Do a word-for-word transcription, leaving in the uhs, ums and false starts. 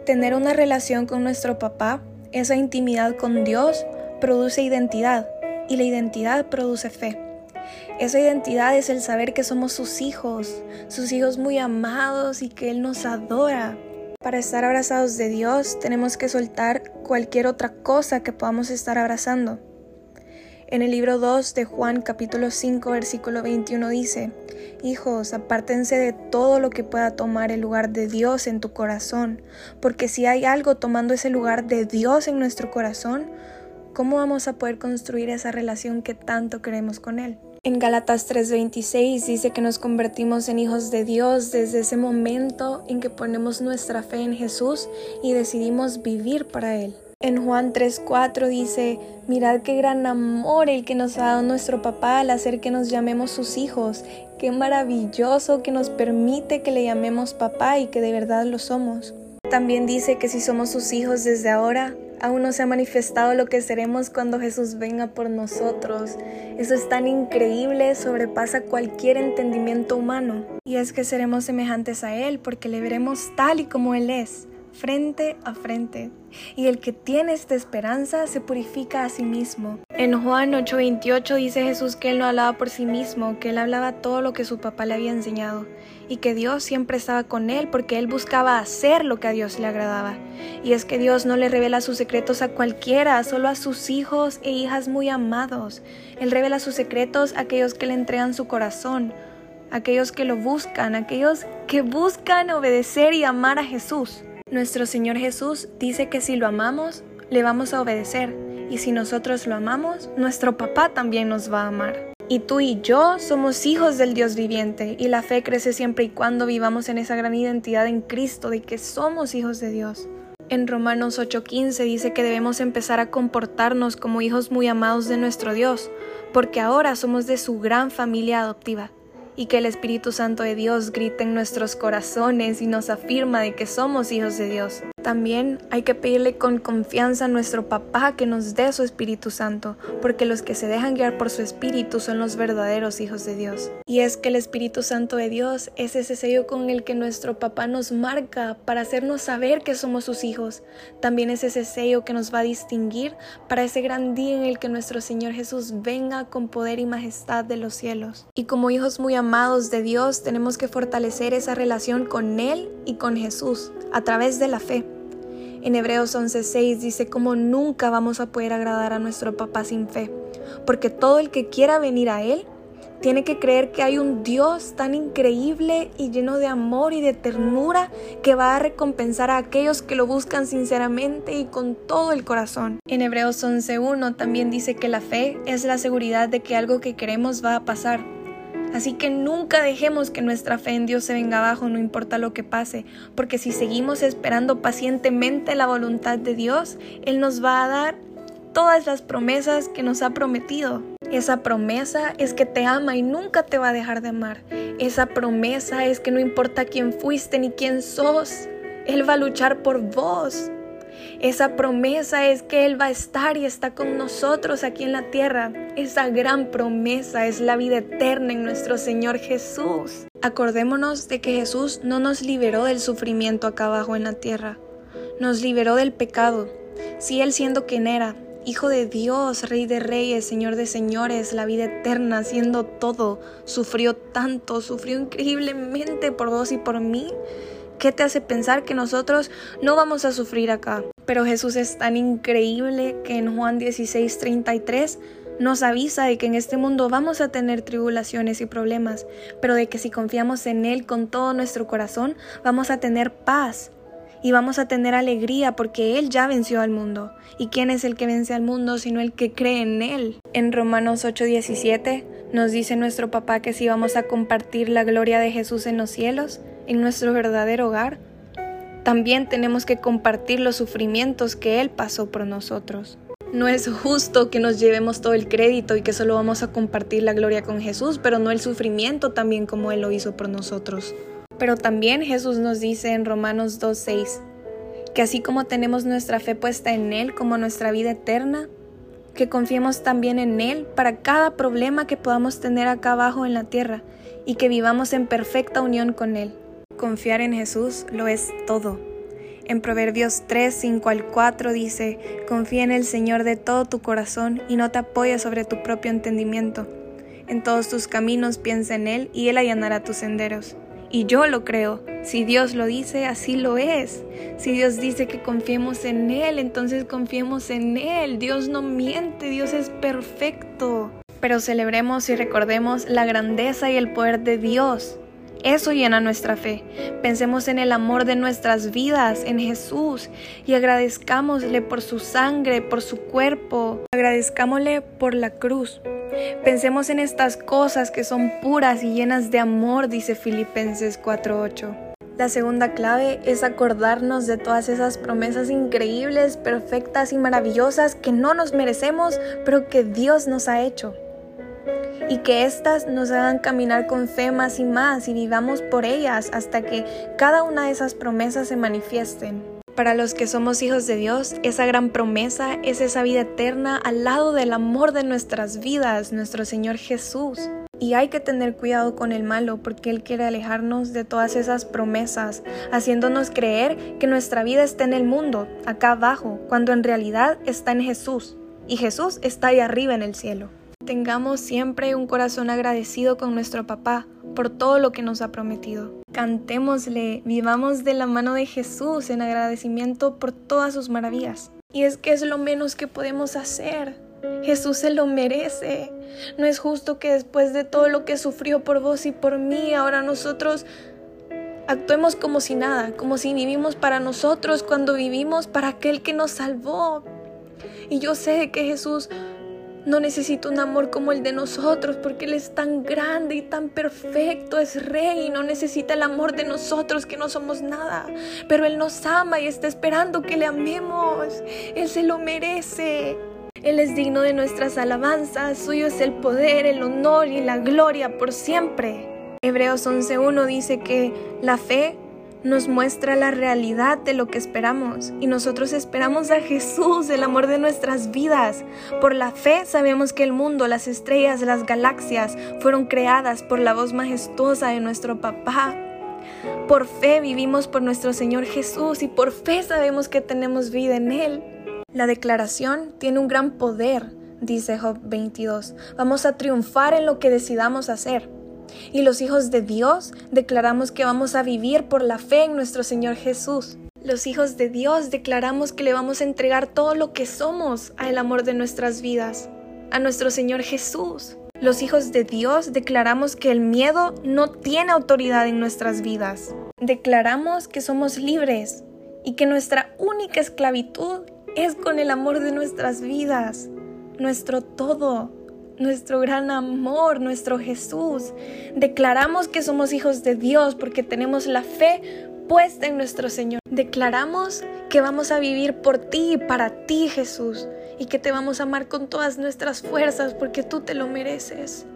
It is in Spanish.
Tener una relación con nuestro papá, esa intimidad con Dios, produce identidad, y la identidad produce fe. Esa identidad es el saber que somos sus hijos, sus hijos muy amados y que Él nos adora. Para estar abrazados de Dios, tenemos que soltar cualquier otra cosa que podamos estar abrazando. En el libro dos de Juan, capítulo cinco, versículo veintiuno dice: Hijos, apártense de todo lo que pueda tomar el lugar de Dios en tu corazón, porque si hay algo tomando ese lugar de Dios en nuestro corazón, ¿cómo vamos a poder construir esa relación que tanto queremos con Él? En Gálatas tres veintiséis dice que nos convertimos en hijos de Dios desde ese momento en que ponemos nuestra fe en Jesús y decidimos vivir para Él. En Juan tres cuatro dice: mirad qué gran amor el que nos ha dado nuestro papá al hacer que nos llamemos sus hijos. Qué maravilloso que nos permite que le llamemos papá y que de verdad lo somos. También dice que si somos sus hijos desde ahora, aún no se ha manifestado lo que seremos cuando Jesús venga por nosotros. Eso es tan increíble, sobrepasa cualquier entendimiento humano. Y es que seremos semejantes a Él porque le veremos tal y como Él es, frente a frente. Y el que tiene esta esperanza se purifica a sí mismo. En Juan ocho veintiocho dice Jesús que Él no hablaba por sí mismo, que Él hablaba todo lo que su papá le había enseñado. Y que Dios siempre estaba con Él porque Él buscaba hacer lo que a Dios le agradaba. Y es que Dios no le revela sus secretos a cualquiera, solo a sus hijos e hijas muy amados. Él revela sus secretos a aquellos que le entregan su corazón, aquellos que lo buscan, aquellos que buscan obedecer y amar a Jesús. Nuestro Señor Jesús dice que si lo amamos, le vamos a obedecer. Y si nosotros lo amamos, nuestro papá también nos va a amar. Y tú y yo somos hijos del Dios viviente, y la fe crece siempre y cuando vivamos en esa gran identidad en Cristo de que somos hijos de Dios. En Romanos ocho quince dice que debemos empezar a comportarnos como hijos muy amados de nuestro Dios, porque ahora somos de su gran familia adoptiva. Y que el Espíritu Santo de Dios grite en nuestros corazones y nos afirma de que somos hijos de Dios. También hay que pedirle con confianza a nuestro papá que nos dé su Espíritu Santo, porque los que se dejan guiar por su Espíritu son los verdaderos hijos de Dios. Y es que el Espíritu Santo de Dios es ese sello con el que nuestro papá nos marca para hacernos saber que somos sus hijos. También es ese sello que nos va a distinguir para ese gran día en el que nuestro Señor Jesús venga con poder y majestad de los cielos. Y como hijos muy amados de Dios, tenemos que fortalecer esa relación con Él y con Jesús a través de la fe. En Hebreos once seis dice como nunca vamos a poder agradar a nuestro papá sin fe, porque todo el que quiera venir a Él tiene que creer que hay un Dios tan increíble y lleno de amor y de ternura que va a recompensar a aquellos que lo buscan sinceramente y con todo el corazón. En Hebreos once uno también dice que la fe es la seguridad de que algo que queremos va a pasar. Así que nunca dejemos que nuestra fe en Dios se venga abajo, no importa lo que pase, porque si seguimos esperando pacientemente la voluntad de Dios, Él nos va a dar todas las promesas que nos ha prometido. Esa promesa es que te ama y nunca te va a dejar de amar. Esa promesa es que no importa quién fuiste ni quién sos, Él va a luchar por vos. Esa promesa es que Él va a estar y está con nosotros aquí en la tierra. Esa gran promesa es la vida eterna en nuestro Señor Jesús. Acordémonos de que Jesús no nos liberó del sufrimiento acá abajo en la tierra. Nos liberó del pecado. Sí, Él siendo quien era, Hijo de Dios, Rey de Reyes, Señor de Señores, la vida eterna, siendo todo, sufrió tanto, sufrió increíblemente por vos y por mí. ¿Qué te hace pensar que nosotros no vamos a sufrir acá? Pero Jesús es tan increíble que en Juan dieciséis treinta y tres nos avisa de que en este mundo vamos a tener tribulaciones y problemas, pero de que si confiamos en Él con todo nuestro corazón, vamos a tener paz y vamos a tener alegría porque Él ya venció al mundo. ¿Y quién es el que vence al mundo sino el que cree en Él? En Romanos ocho diecisiete nos dice nuestro papá que si vamos a compartir la gloria de Jesús en los cielos, en nuestro verdadero hogar, también tenemos que compartir los sufrimientos que Él pasó por nosotros. No es justo que nos llevemos todo el crédito y que solo vamos a compartir la gloria con Jesús, pero no el sufrimiento también como Él lo hizo por nosotros. Pero también Jesús nos dice en Romanos dos seis, que así como tenemos nuestra fe puesta en Él como nuestra vida eterna, que confiemos también en Él para cada problema que podamos tener acá abajo en la tierra y que vivamos en perfecta unión con Él. Confiar en Jesús lo es todo. En Proverbios tres, cinco al cuatro dice: confía en el Señor de todo tu corazón y no te apoyes sobre tu propio entendimiento. En todos tus caminos piensa en Él y Él allanará tus senderos. Y yo lo creo. Si Dios lo dice, así lo es. Si Dios dice que confiemos en Él, entonces confiemos en Él. Dios no miente, Dios es perfecto. Pero celebremos y recordemos la grandeza y el poder de Dios. Eso llena nuestra fe. Pensemos en el amor de nuestras vidas, en Jesús, y agradezcámosle por su sangre, por su cuerpo. Agradezcámosle por la cruz. Pensemos en estas cosas que son puras y llenas de amor, dice Filipenses cuatro ocho. La segunda clave es acordarnos de todas esas promesas increíbles, perfectas y maravillosas que no nos merecemos, pero que Dios nos ha hecho. Y que éstas nos hagan caminar con fe más y más y vivamos por ellas hasta que cada una de esas promesas se manifiesten. Para los que somos hijos de Dios, esa gran promesa es esa vida eterna al lado del amor de nuestras vidas, nuestro Señor Jesús. Y hay que tener cuidado con el malo porque Él quiere alejarnos de todas esas promesas, haciéndonos creer que nuestra vida está en el mundo, acá abajo, cuando en realidad está en Jesús. Y Jesús está ahí arriba en el cielo. Tengamos siempre un corazón agradecido con nuestro papá por todo lo que nos ha prometido. Cantémosle, vivamos de la mano de Jesús en agradecimiento por todas sus maravillas. Y es que es lo menos que podemos hacer. Jesús se lo merece. No es justo que después de todo lo que sufrió por vos y por mí, ahora nosotros actuemos como si nada, como si vivimos para nosotros cuando vivimos para aquel que nos salvó. Y yo sé que Jesús no necesita un amor como el de nosotros porque Él es tan grande y tan perfecto, es Rey y no necesita el amor de nosotros que no somos nada. Pero Él nos ama y está esperando que le amemos. Él se lo merece. Él es digno de nuestras alabanzas, suyo es el poder, el honor y la gloria por siempre. Hebreos once uno dice que la fe nos muestra la realidad de lo que esperamos y nosotros esperamos a Jesús, el amor de nuestras vidas. Por la fe sabemos que el mundo, las estrellas, las galaxias fueron creadas por la voz majestuosa de nuestro papá. Por fe vivimos por nuestro Señor Jesús y por fe sabemos que tenemos vida en Él. La declaración tiene un gran poder, dice Job veintidós. Vamos a triunfar en lo que decidamos hacer. Y los hijos de Dios declaramos que vamos a vivir por la fe en nuestro Señor Jesús. Los hijos de Dios declaramos que le vamos a entregar todo lo que somos al amor de nuestras vidas, a nuestro Señor Jesús. Los hijos de Dios declaramos que el miedo no tiene autoridad en nuestras vidas. Declaramos que somos libres y que nuestra única esclavitud es con el amor de nuestras vidas, nuestro todo. Nuestro gran amor, nuestro Jesús. Declaramos que somos hijos de Dios porque tenemos la fe puesta en nuestro Señor. Declaramos que vamos a vivir por ti y para ti, Jesús, y que te vamos a amar con todas nuestras fuerzas porque tú te lo mereces.